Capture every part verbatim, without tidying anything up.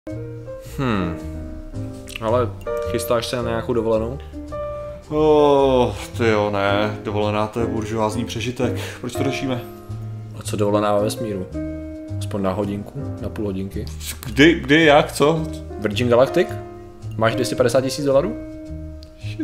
Hmm. Ale chystáš se na nějakou dovolenou? Oh, ty jo, ne, dovolená to je buržoázní přežitek, proč to řešíme? A co dovolená ve vesmíru? Aspoň na hodinku, na půl hodinky? Kdy, kdy, jak, co? Virgin Galactic? Máš dvě stě padesát tisíc dolarů? Shit.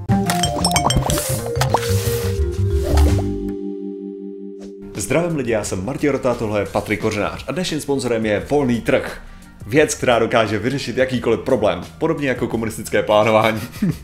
Zdravím lidi, já jsem Martin Rota, tohle je Patrik Kořenář a dnešním sponzorem je Volný trh. Věc, která dokáže vyřešit jakýkoliv problém, podobně jako komunistické plánování.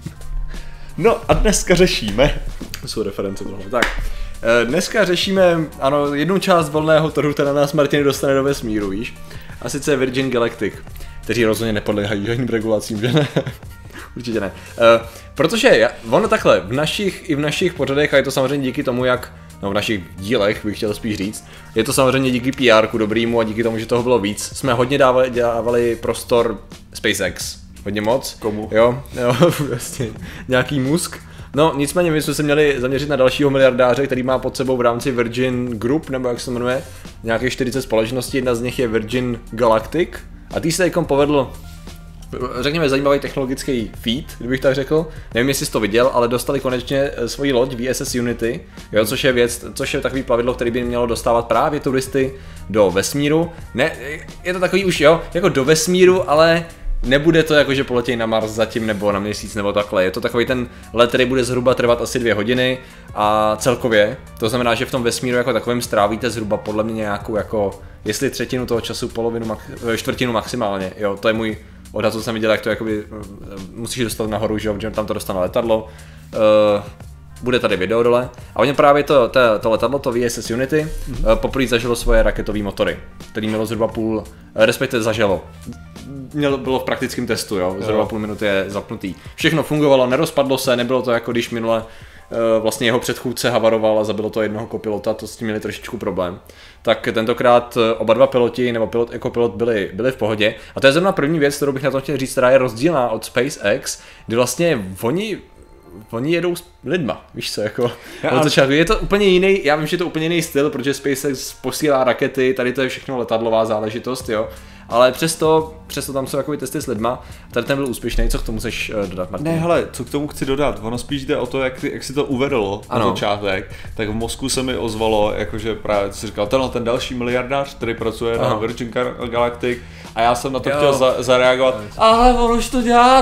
No a dneska řešíme... To jsou reference tohle. Tak, dneska řešíme, ano, jednu část volného trhu, která nás Martin dostane do vesmíru, víš? A sice Virgin Galactic, kteří rozhodně nepodléhají žádným regulacím, že ne? Určitě ne. Uh, protože ono takhle, v našich, i v našich pořadech, a je to samozřejmě díky tomu, jak, no v našich dílech bych chtěl spíš říct, je to samozřejmě díky P R ku dobrýmu a díky tomu, že toho bylo víc, jsme hodně dávali, dávali prostor SpaceX. Hodně moc. Komu? Jo, jo, vlastně nějaký musk. No, nicméně my jsme se měli zaměřit na dalšího miliardáře, který má pod sebou v rámci Virgin Group, nebo jak se jmenuje, nějakých čtyřicet společností, jedna z nich je Virgin Galactic. A tý se jako povedl, řekněme, zajímavý technologický feat, kdybych tak řekl. Nevím, jestli jsi to viděl, ale dostali konečně svoji loď V S S Unity, jo, což je věc, což je takový plavidlo, který by mělo dostávat právě turisty do vesmíru. Ne, je to takový už, jo, jako do vesmíru, ale nebude to jako, že poletějí na Mars zatím nebo na Měsíc nebo takhle. Je to takový ten let, který bude zhruba trvat asi dvě hodiny a celkově. To znamená, že v tom vesmíru jako takovém strávíte zhruba podle mě nějakou jako, jestli třetinu toho času, polovinu, čtvrtinu maximálně. Jo, to je můj odhad, co jsem viděl, jak to jakoby musíš dostat nahoru, že jo, že tam to dostane letadlo. Uh, bude tady video dole. A oni právě to, to, to letadlo, to V S S Unity, mm-hmm. uh, poprvé zažilo svoje raketové motory, který mělo zhruba půl, respektive zažilo. Mělo, bylo v praktickém testu, jo, zhruba jo. Půl minuty je zapnutý. Všechno fungovalo, nerozpadlo se, nebylo to jako když minule uh, vlastně jeho předchůdce havaroval a zabilo to jednoho kopilota, to s tím měli trošičku problém. Tak tentokrát oba dva piloti, nebo pilot jako pilot byli, byli v pohodě. A to je zrovna první věc, kterou bych na to chtěl říct, která je rozdílná od SpaceX, kdy vlastně oni Oni jedou s lidma, víš co, jako, já, je to úplně jiný, já vím, že je to úplně jiný styl, protože SpaceX posílá rakety, tady to je všechno letadlová záležitost, jo, ale přesto, přesto tam jsou takový testy s lidma, tady ten byl úspěšný, co k tomu chceš uh, dodat, Martin? Ne, hele, co k tomu chci dodat, ono spíš jde o to, jak, jak si to uvedlo na začátek, tak v mozku se mi ozvalo, jakože právě si říkal, tenhle ten další miliardář, který pracuje Aha. na Virgin Galactic, a já jsem na to jo. chtěl za, zareagovat, ale on už to dělá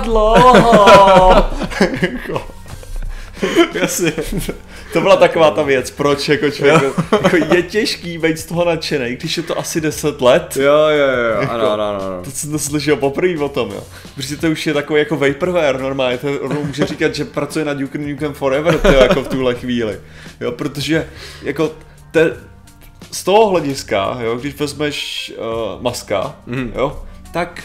dlouho. Jasně, to byla taková ta věc, proč jako člověk, jako je těžký být z toho nadšenej, když je to asi deset let. Jo, jo, jo, jako, ano, ano, ano. To jsem to slyšel poprvé o tom, jo. Protože to už je takový jako vaporware normálně, to může říkat, že pracuje na Duke Nukem Forever, to jako v tuhle chvíli, jo, protože jako te, z toho hlediska, jo, když vezmeš uh, Muska, mm. jo, tak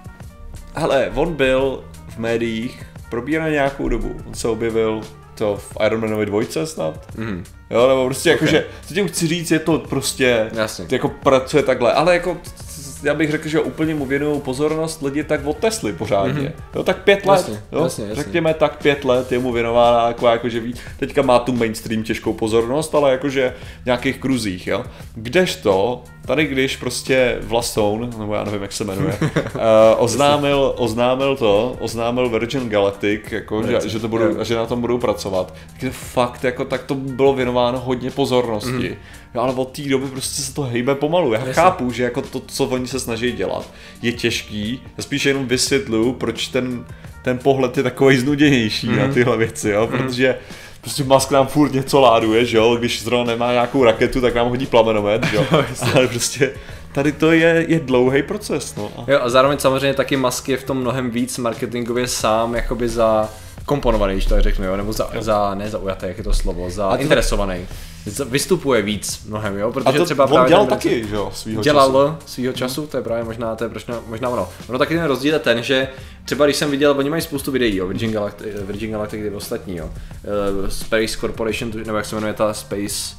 hele, on byl v médiích probíral nějakou dobu, on se objevil to v Iron Manovi dvojce snad, mm. jo, nebo prostě okay. jakože, co tím chci říct, je to prostě, Jasně. jako pracuje takhle, ale jako, já bych řekl, že úplně mu věnují pozornost lidi tak od Tesly pořádně, mm-hmm. jo, tak pět let, jasně, jo, jasně, jasně. řekněme tak pět let je mu věnována, jako, jakože ví, teďka má tu mainstream těžkou pozornost, ale jakože v nějakých kruzích, jo, kdežto, tady když prostě Vlasoun, nebo já nevím, jak se jmenuje, uh, oznámil, oznámil to, oznámil Virgin Galactic, jako, že, že, to budou, že na tom budou pracovat, tak to fakt, jako, tak to bylo věnováno hodně pozornosti, mm. jo, ale od té doby prostě se to hejbe pomalu, já Jasně. chápu, že jako to, co oni se snaží dělat, je těžký, já spíš jenom vysvětluju, proč ten, ten pohled je takovej znuděnější mm. na tyhle věci, jo, mm. protože prostě Musk nám furt něco láduje, že jo, když zrovna nemá nějakou raketu, tak nám hodí plamenomet, že jo, ale prostě tady to je, je dlouhý proces, no. Jo, a zároveň samozřejmě taky Musk je v tom mnohem víc marketingově sám, jakoby za komponovaný, když to řeknu, jo, nebo za, za ne zaujaté, jak je to slovo, za to interesovaný. Vystupuje víc mnohem, jo, protože a to třeba on právě dělal taky, že jo, svýho dělal času. svýho času, to je právě možná, to je možná, možná ono. Ono taky ten rozdíl je ten, že třeba když jsem viděl, oni mají spoustu videí, jo, Virgin Galactic, Virgin Galactic je ostatní, jo, uh, Space Corporation, nebo jak se jmenuje ta Space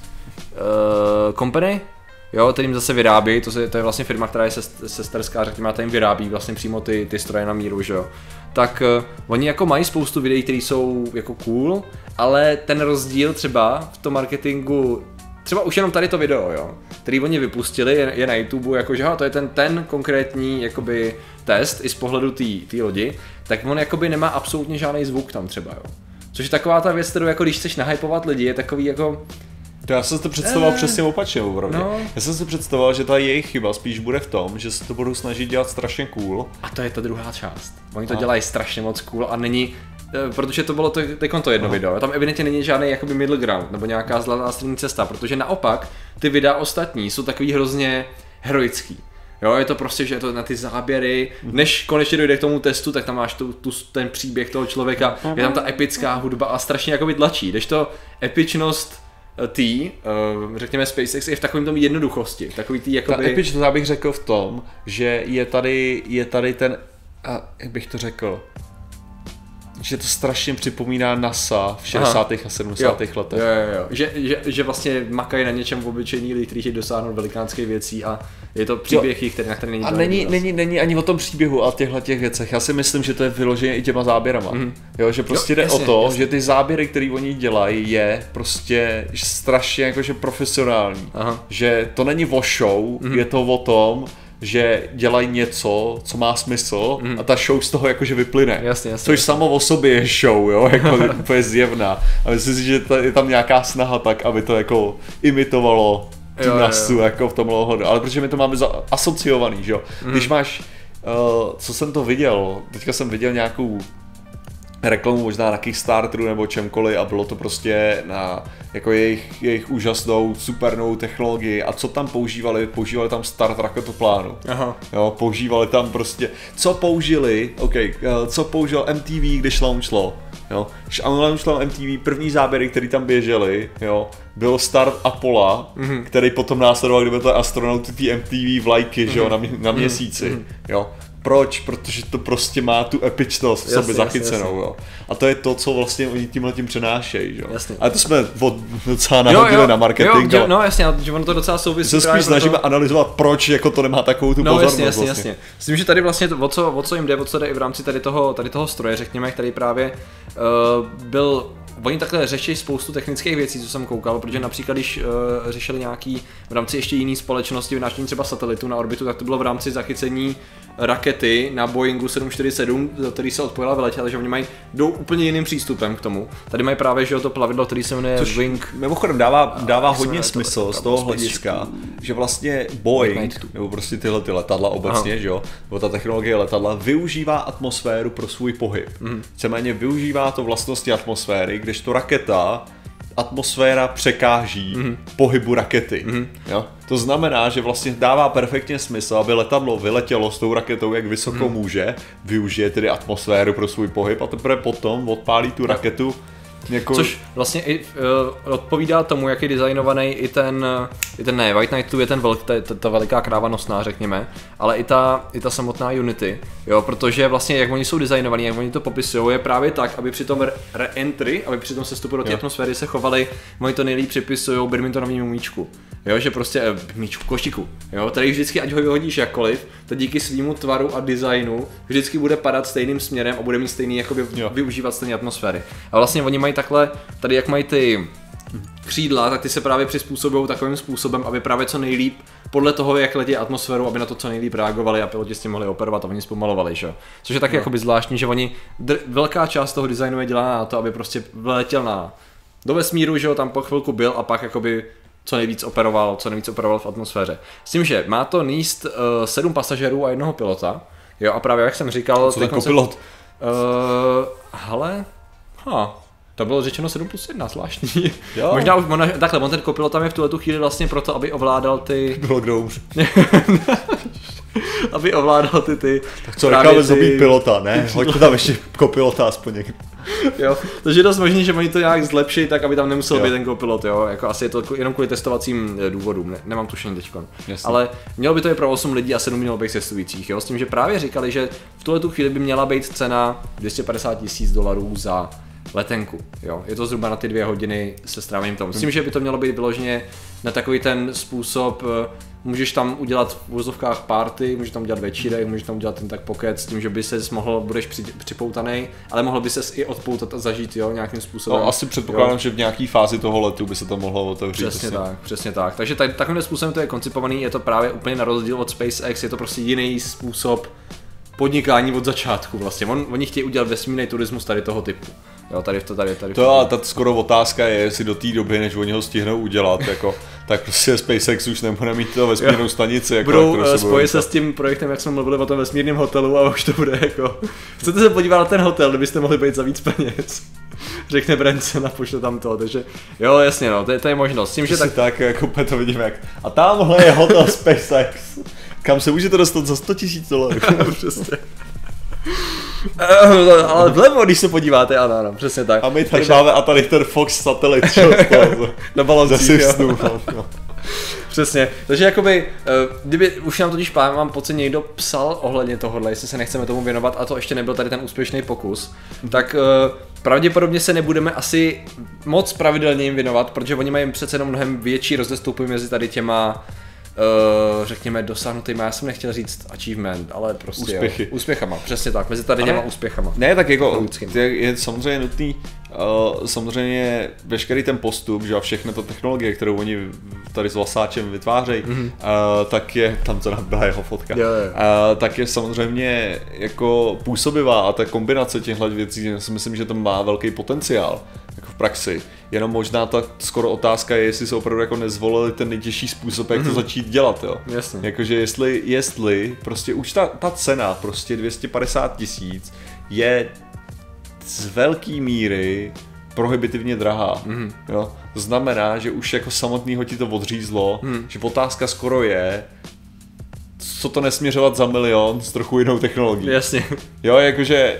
uh, Company, jo, kterým zase vyrábí, to, se, to je vlastně firma, která je sesterská, řekněme, a jim vyrábí vlastně přímo ty, ty stroje na míru, že jo. Tak uh, oni jako mají spoustu videí, které jsou jako cool, ale ten rozdíl třeba v tom marketingu, třeba už jenom tady to video, jo, který oni vypustili, je, je na YouTube, jakože ha, to je ten, ten konkrétní jakoby test i z pohledu té lodi, tak on jakoby nemá absolutně žádný zvuk tam třeba, jo. Což je taková ta věc, kterou jako když chceš nahypovat lidi, je takový jako... To já jsem si to představoval eh, přesně opačně, opravdu. no. Já jsem si představoval, že ta jejich chyba spíš bude v tom, že se to budou snažit dělat strašně cool. A to je ta druhá část. Oni to a. dělají strašně moc cool a není... Protože to bylo to, to jedno Aha. video, tam evidentně není žádný jakoby middle ground nebo nějaká zlatá střední cesta, protože naopak ty videa ostatní jsou takový hrozně heroický. Jo, je to prostě, že je to na ty záběry, než konečně dojde k tomu testu, tak tam máš tu, tu, ten příběh toho člověka, je tam ta epická hudba a strašně jakoby tlačí, kdežto epičnost tý, uh, řekněme SpaceX, je v takovém tom jednoduchosti, takový tý jakoby... Ta epičnost, já bych řekl v tom, že je tady, je tady ten, a jak bych to řekl, že to strašně připomíná NASA v šedesátých Aha. a sedmdesátých letech. Jo, jo, jo. Že, že, že vlastně makají na něčem obyčejný lidi, kteří dosáhnou velikánských věcí a je to příběh, který, na který není. A není, není, není ani o tom příběhu a těchto těch věcech. Já si myslím, že to je vyloženě i těma záběrama. Mm. Jo, že prostě jo, jde jasně, o to, jasně. že ty záběry, které oni dělají, je prostě strašně jakože profesionální. Aha. Že to není o show, mm. je to o tom, že dělají něco, co má smysl mm. a ta show z toho jakože vyplyne. Jasně, jasně, což jasně. samo o sobě je show, jo, jako úplně zjevná. A myslím si, že je tam nějaká snaha tak, aby to jako imitovalo tu nasu jako v tom lohodu. Ale protože my to máme asociovaný, že jo. Mm. Když máš, uh, co jsem to viděl, teďka jsem viděl nějakou reklamu možná na Kickstarteru nebo čemkoliv a bylo to prostě na jako jejich, jejich úžasnou supernou technologii a co tam používali, používali tam start raketoplánu. Aha. Jo, používali tam prostě, co použili, ok, co použil M T V, když launchlo, jo, když launchlo M T V, první záběry, které tam běžely, jo, byl start Apollo, mm-hmm. který potom následoval, kdyby to astronauty ty M T V vlajky, mm-hmm. že jo, na, na měsíci, mm-hmm. jo. Proč? Protože to prostě má tu epičnost v sobě zachycenou, jo. A to je to, co vlastně oni tímhletím přenášejí, jo. Jasně. Ale to jsme od, docela nahodili na marketing. Jo, jo, no jasně, že ono to docela souvisí. Se spíš snažíme to... analyzovat, proč jako to nemá takovou tu no, pozornost. Jasně, jasně, vlastně. jasně. Myslím, že tady vlastně to, o, co, o co jim jde, o co jde i v rámci tady toho, tady toho stroje, řekněme, který právě uh, byl... Oni takhle řeší spoustu technických věcí, co jsem koukal, protože například když uh, řešili nějaký v rámci ještě jiný společnosti vynášení třeba satelitu na orbitu, tak to bylo v rámci zachycení rakety na Boeingu sedm čtyřicet sedm, který se odpojila vyletěla, že oni mají jdou úplně jiným přístupem k tomu. Tady mají právě že to plavidlo, který se jmenuje Což Wing. Mimochodem dává, dává hodně smysl z toho hlediska, že vlastně Boeing, nebo prostě tyhle ty letadla obecně, Aha. že jo, nebo ta technologie letadla využívá atmosféru pro svůj pohyb. Mm. Víceméně využívá to vlastnosti atmosféry, kdežto raketa, atmosféra překáží mm. pohybu rakety. Mm. Jo? To znamená, že vlastně dává perfektně smysl, aby letadlo vyletělo s tou raketou, jak vysoko mm. může, využije tedy atmosféru pro svůj pohyb a teprve potom odpálí tu raketu. Jako... Což vlastně i uh, odpovídá tomu, jak je designovaný i ten, i ten ne, White Knight je ten velk, ta, ta, ta veliká kráva nosná, řekněme, ale i ta, i ta samotná Unity, jo, protože vlastně jak oni jsou designovaní, jak oni to popisují, je právě tak, aby při tom re-entry, aby při tom sestupu do té atmosféry se chovali, oni to nejlíp připisují badmintonovému míčku, jo, že prostě eh, míčku, košiku, jo, tady vždycky, ať ho vyhodíš jakkoliv, to díky svýmu tvaru a designu vždycky bude padat stejným směrem a bude mít stejný, jakoby jo. využívat stejné atmosféry. A vlastně oni mají takhle, tady jak mají ty křídla, tak ty se právě přizpůsobují takovým způsobem, aby právě co nejlíp, podle toho, jak letí atmosféru, aby na to co nejlíp reagovali a piloti s tím mohli operovat a oni zpomalovali, že? Což je taky no. jakoby zvláštní, že oni, dr- velká část toho designu je dělána na to, aby prostě letěl na do vesmíru, že jo, tam po chvilku byl a pak jakoby co nejvíc operoval, co nejvíc operoval v atmosféře. S tím, že má to níst uh, sedm pasažerů a jednoho pilota, jo, a právě jak jsem říkal... Co ten kopilot? Uh, hele, ha... To bylo řečeno sedm plus jedna, zvláštní. Jo. Možná už, možná, takhle, on ten kopilot tam je v tuhletu chvíli vlastně proto, aby ovládal ty... Bylo kdo umře. aby ovládal ty ty... Tak co, necháme ty... zabít pilota, ne? Hoďte tam ještě kopilota aspoň někdy. Jo, takže je dost možný, že oni to nějak zlepší, tak aby tam nemusel jo. být ten kopilot, jo, jako asi je to jenom kvůli testovacím důvodům, ne, nemám tušení teďkon. Ale mělo by to i pro osm lidí a sedm mělo být cestujících, jo, s tím, že právě říkali, že v tuhletu chvíli by měla být cena dvě stě padesát tisíc dolarů za letenku, jo. Je to zhruba na ty dvě hodiny se strávením tam. Myslím, že by to mělo být vyloženě na takový ten způsob, můžeš tam udělat v vozovkách party, můžeš tam udělat večírek, můžeš tam udělat ten tak pokec s tím, že by ses mohl, budeš při, připoutanej, ale mohl by ses i odpoutat a zažít, jo, nějakým způsobem. No asi předpokládám, jo. Že v nějaký fázi toho letu by se to mohlo otevřít. Přesně asi. tak, přesně tak. Takže tak, takovým způsobem to je koncipovaný, je to právě úplně na rozdíl od SpaceX, je to prostě jiný způsob podnikání od začátku vlastně. On, oni chtějí udělat vesmírný turismus tady toho typu. Jo, tady v to tady, tady. To a ta skoro otázka je, jestli do té doby, než oni ho stihnou udělat, jako, tak prostě SpaceX už nebude mít to vesmírnou stanici. Jako, budou se spojit se s tím projektem, jak jsme mluvili o tom vesmírném hotelu a už to bude jako... Chcete se podívat na ten hotel, kdybyste mohli být za víc peněz? Řekne Branson a pošle tam to, takže jo, jasně no, to je, to je možnost. Tím, že tak... tak jako to vidím jak. A tamhle je hotel SpaceX, kam se můžete dostat za sto tisíc dolarů. Přesně. Ale vlevo, když se podíváte, ano, ano, přesně tak. A my tady takže... máme a tady ten Fox satelit, čo na baloncích, jo. No. Přesně, takže jakoby, kdyby už nám totiž pán, mám pocit, někdo psal ohledně tohohle, jestli se nechceme tomu věnovat a to ještě nebyl tady ten úspěšný pokus, tak pravděpodobně se nebudeme asi moc pravidelně jim věnovat, protože oni mají přece jenom mnohem větší rozestupy mezi tady těma Uh, řekněme dosáhnutýma, já jsem nechtěl říct achievement, ale prostě úspěchy. Jo, úspěchama, přesně tak, mezi tady těma úspěchama. Ne, tak jako je, je samozřejmě nutný, uh, samozřejmě veškerý ten postup, že a všechny to technologie, kterou oni tady s Vlasáčem vytvářejí, mm-hmm. uh, tak je, tam to byla jeho fotka, jo, jo. Uh, tak je samozřejmě jako působivá a ta kombinace těchto věcí, já si myslím, že to má velký potenciál jako v praxi. Jenom možná ta skoro otázka je, jestli se opravdu jako nezvolili ten nejtěžší způsob, jak to začít dělat, jo. Jasně. Jakože jestli, jestli prostě už ta, ta cena prostě dvě stě padesát tisíc je z velké míry prohibitivně drahá, mm. jo. To znamená, že už jako samotného ti to odřízlo, mm. že otázka skoro je, co to nesměřovat za milion s trochu jinou technologií. Jasně. Jo, jakože...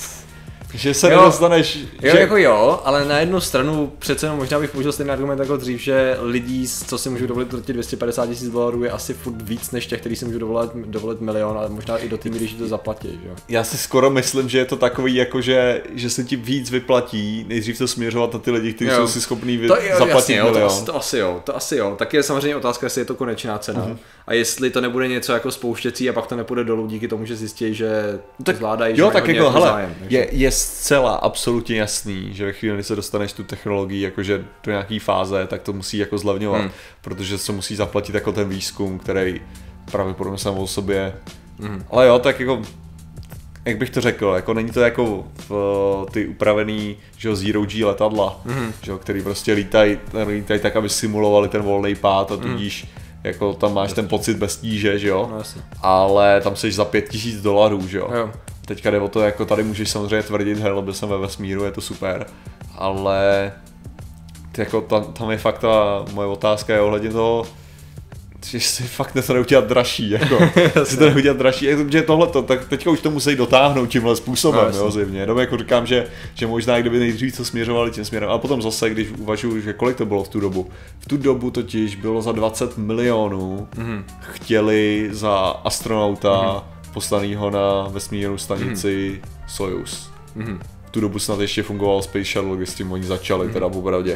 Že se jo, nedostaneš... Jo, že... jako jo, ale na jednu stranu přece jenom možná bych použil stejný argument jako dřív, že lidí, co si můžou dovolit do těch dvě stě padesát tisíc dolarů je asi furt víc než těch, kteří si můžou dovolit, dovolit milion, ale možná i do té míry, že to zaplatí, že jo. Já si skoro myslím, že je to takový jako, že, že se ti víc vyplatí nejdřív to směřovat na ty lidi, kteří jo. jsou si schopní vy... to, jo, zaplatit jasně, jo, milion. To, asi, to asi jo, to asi jo. Tak je samozřejmě otázka, jestli je to konečná cena. Uh-huh. A jestli to nebude něco jako spouštěcí a pak to nepůjde dolů díky tomu, že zjistí, že to tak, zvládají, jo, že tak jako, hele, zájem, je, je zcela absolutně jasný, že ve chvíli, kdy se dostaneš tu technologii jakože do nějaký fáze, tak to musí jako zlevňovat, hmm. protože se musí zaplatit jako ten výzkum, který pravděpodobně sám o sobě, hmm. ale jo, tak jako, jak bych to řekl, jako není to jako v, ty upravený, že jo, Zero G letadla, hmm. že jo, který prostě lítají, lítají tak, aby simulovali ten volný pád a tudíž hmm. jako tam máš jasně. Ten pocit bez tíže, že jo, no, ale tam seš za pět tisíc dolarů, že jo. jo. Teďka jde o to, jako tady můžeš samozřejmě tvrdit, hele, byl jsem ve vesmíru, je to super, ale jako tam, tam je fakt ta moje otázka je ohledně toho, že si fakt to neudělat dražší, jako, si to neudělat dražší, protože tohleto, tak teďka už to musí dotáhnout tímhle způsobem, no, jo, zjevně, jenom jako říkám, že, že možná kdyby nejdřív to směřovali tím směrem, a potom zase, když uvažuji, že kolik to bylo v tu dobu, v tu dobu totiž bylo za dvacet milionů, mm-hmm. chtěli za astronauta, mm-hmm. poslanýho na vesmírnou stanici mm-hmm. Soyuz. Mm-hmm. V tu dobu snad ještě fungoval Space Shuttle, když s tím oni začali, mm-hmm. teda popravdě.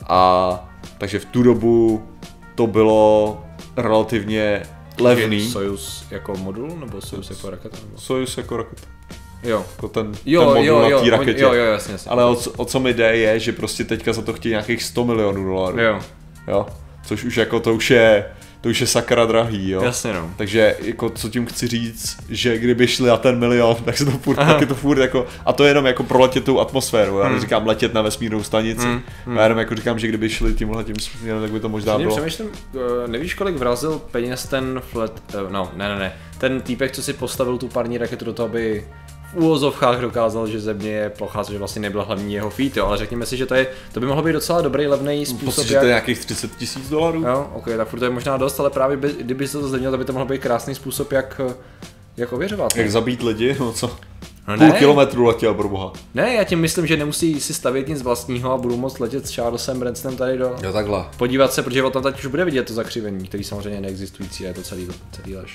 A takže v tu dobu to bylo relativně levný. Soyuz jako modul, nebo Soyuz jako raketa? Nebo? Soyuz jako raketa. Jo. Jako ten, jo, ten modul jo, na jo, té raketě. Jo, jo, jasně, jasně. Ale o, o co mi jde je, že prostě teďka za to chtějí nějakých sto milionů dolarů. Jo. Jo. Což už jako to už je... To už je sakra drahý, jo. Jasně, no. Takže jako co tím chci říct, že kdyby šli na ten milion, tak se to furt, tak je to furt jako, a to je jenom jako proletět tou atmosféru, já hmm. neříkám letět na vesmírnou stanici, hmm. Hmm. já jenom jako říkám, že kdyby šli tímhle tím směrem, tak by to možná bylo. Přemýšlím, nevíš kolik vrazil peněz ten flat, no ne ne ne, ten týpek, co si postavil tu parní raketu do toho, aby v úvozovkách dokázal, že země je plochá, což vlastně nebyla hlavní jeho feat, jo, ale řekněme si, že to, je, to by mohlo být docela dobrý, levný způsob, Pocit, že to je nějakých třicet tisíc dolarů. Jo, ok, tak furt to je možná dost, ale právě by, kdyby se to zlevnilo, tak by to mohl být krásný způsob, jak, jak ověřovat. Jak ne? Zabít lidi, no co? No Půl ne. kilometru letěl, pro boha. Ne, já tím myslím, že nemusí si stavět nic vlastního a budou moct letět s Charlesem Bransonem tady do... Jo, takhle. Podívat se, protože tam teď už bude vidět to zakřivení, který samozřejmě neexistující a je to celý, celý lež.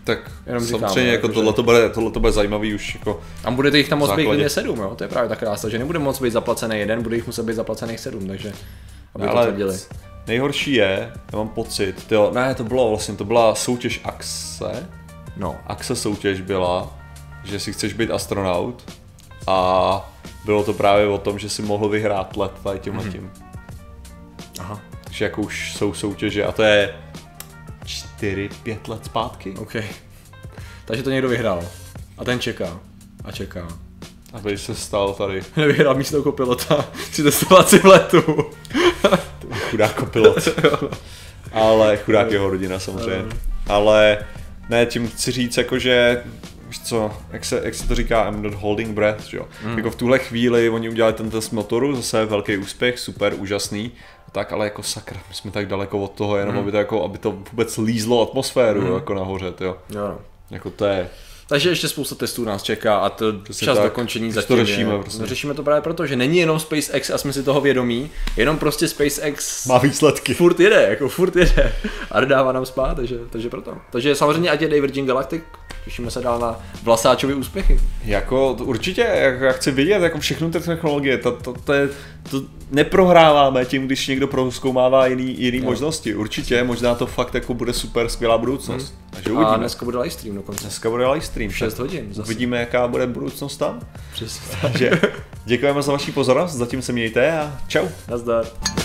Tak Jenom říkám, samozřejmě no, jako jakože- tohle to bude, tohle to bude zajímavý už jako... A budete jich tam moc být základě. klidně sedm, jo? To je právě ta krása, že nebude moc být zaplacený jeden, bude jich muset být zaplacených sedm, takže aby to Ale tvrdili. nejhorší je, já mám pocit, tyjo, ne, to bylo vlastně, to byla soutěž Axe, No. Axe soutěž byla, že si chceš být astronaut a bylo to právě o tom, že si mohl vyhrát let tady tímhletím. Aha, Takže jako už jsou soutěže a to je čtyři pět let zpátky. OK. Takže to někdo vyhrál. A ten čeká. A čeká. Aby se stal tady Nevyhrál místo kopilota při testovací letu. chudák kopilot. Ale chudák jeho rodina samozřejmě. Ale ne, tím chci říct jako, že víš co, jak se, jak se to říká, I'm not holding breath, že jo. Mm. Jako v tuhle chvíli oni udělali ten test motoru, zase velký úspěch, super, úžasný. Tak, ale jako sakra, my jsme tak daleko od toho, jenom mm. aby, to jako, aby to vůbec lízlo atmosféru mm. jako nahoře, jo. Jo, no. Jako to je... Takže ještě spousta testů nás čeká a to Přesně čas tak. dokončení Už zatím to řešíme je. prostě. No, řešíme to právě proto, že není jenom SpaceX a jsme si toho vědomí, jenom prostě SpaceX Má výsledky. furt jede, jako furt jede a nedává nám spát, takže, takže proto. Takže samozřejmě ať je Virgin Galactic, těšíme se dál na Vlasáčovy úspěchy. Jako to určitě, jako já chci vidět jako všechny ty technologie, to, to, to, je, to neprohráváme tím, když někdo prozkoumává jiný, jiný Jo. možnosti. Určitě, možná to fakt jako bude super skvělá budoucnost. Hmm. Takže A uvidíme. dneska bude livestream dokonce. Dneska bude live stream. šest hodin zase. Uvidíme, jaká bude budoucnost tam. Přesně. Takže děkujeme za vaši pozornost, zatím se mějte a čau. Nazdar.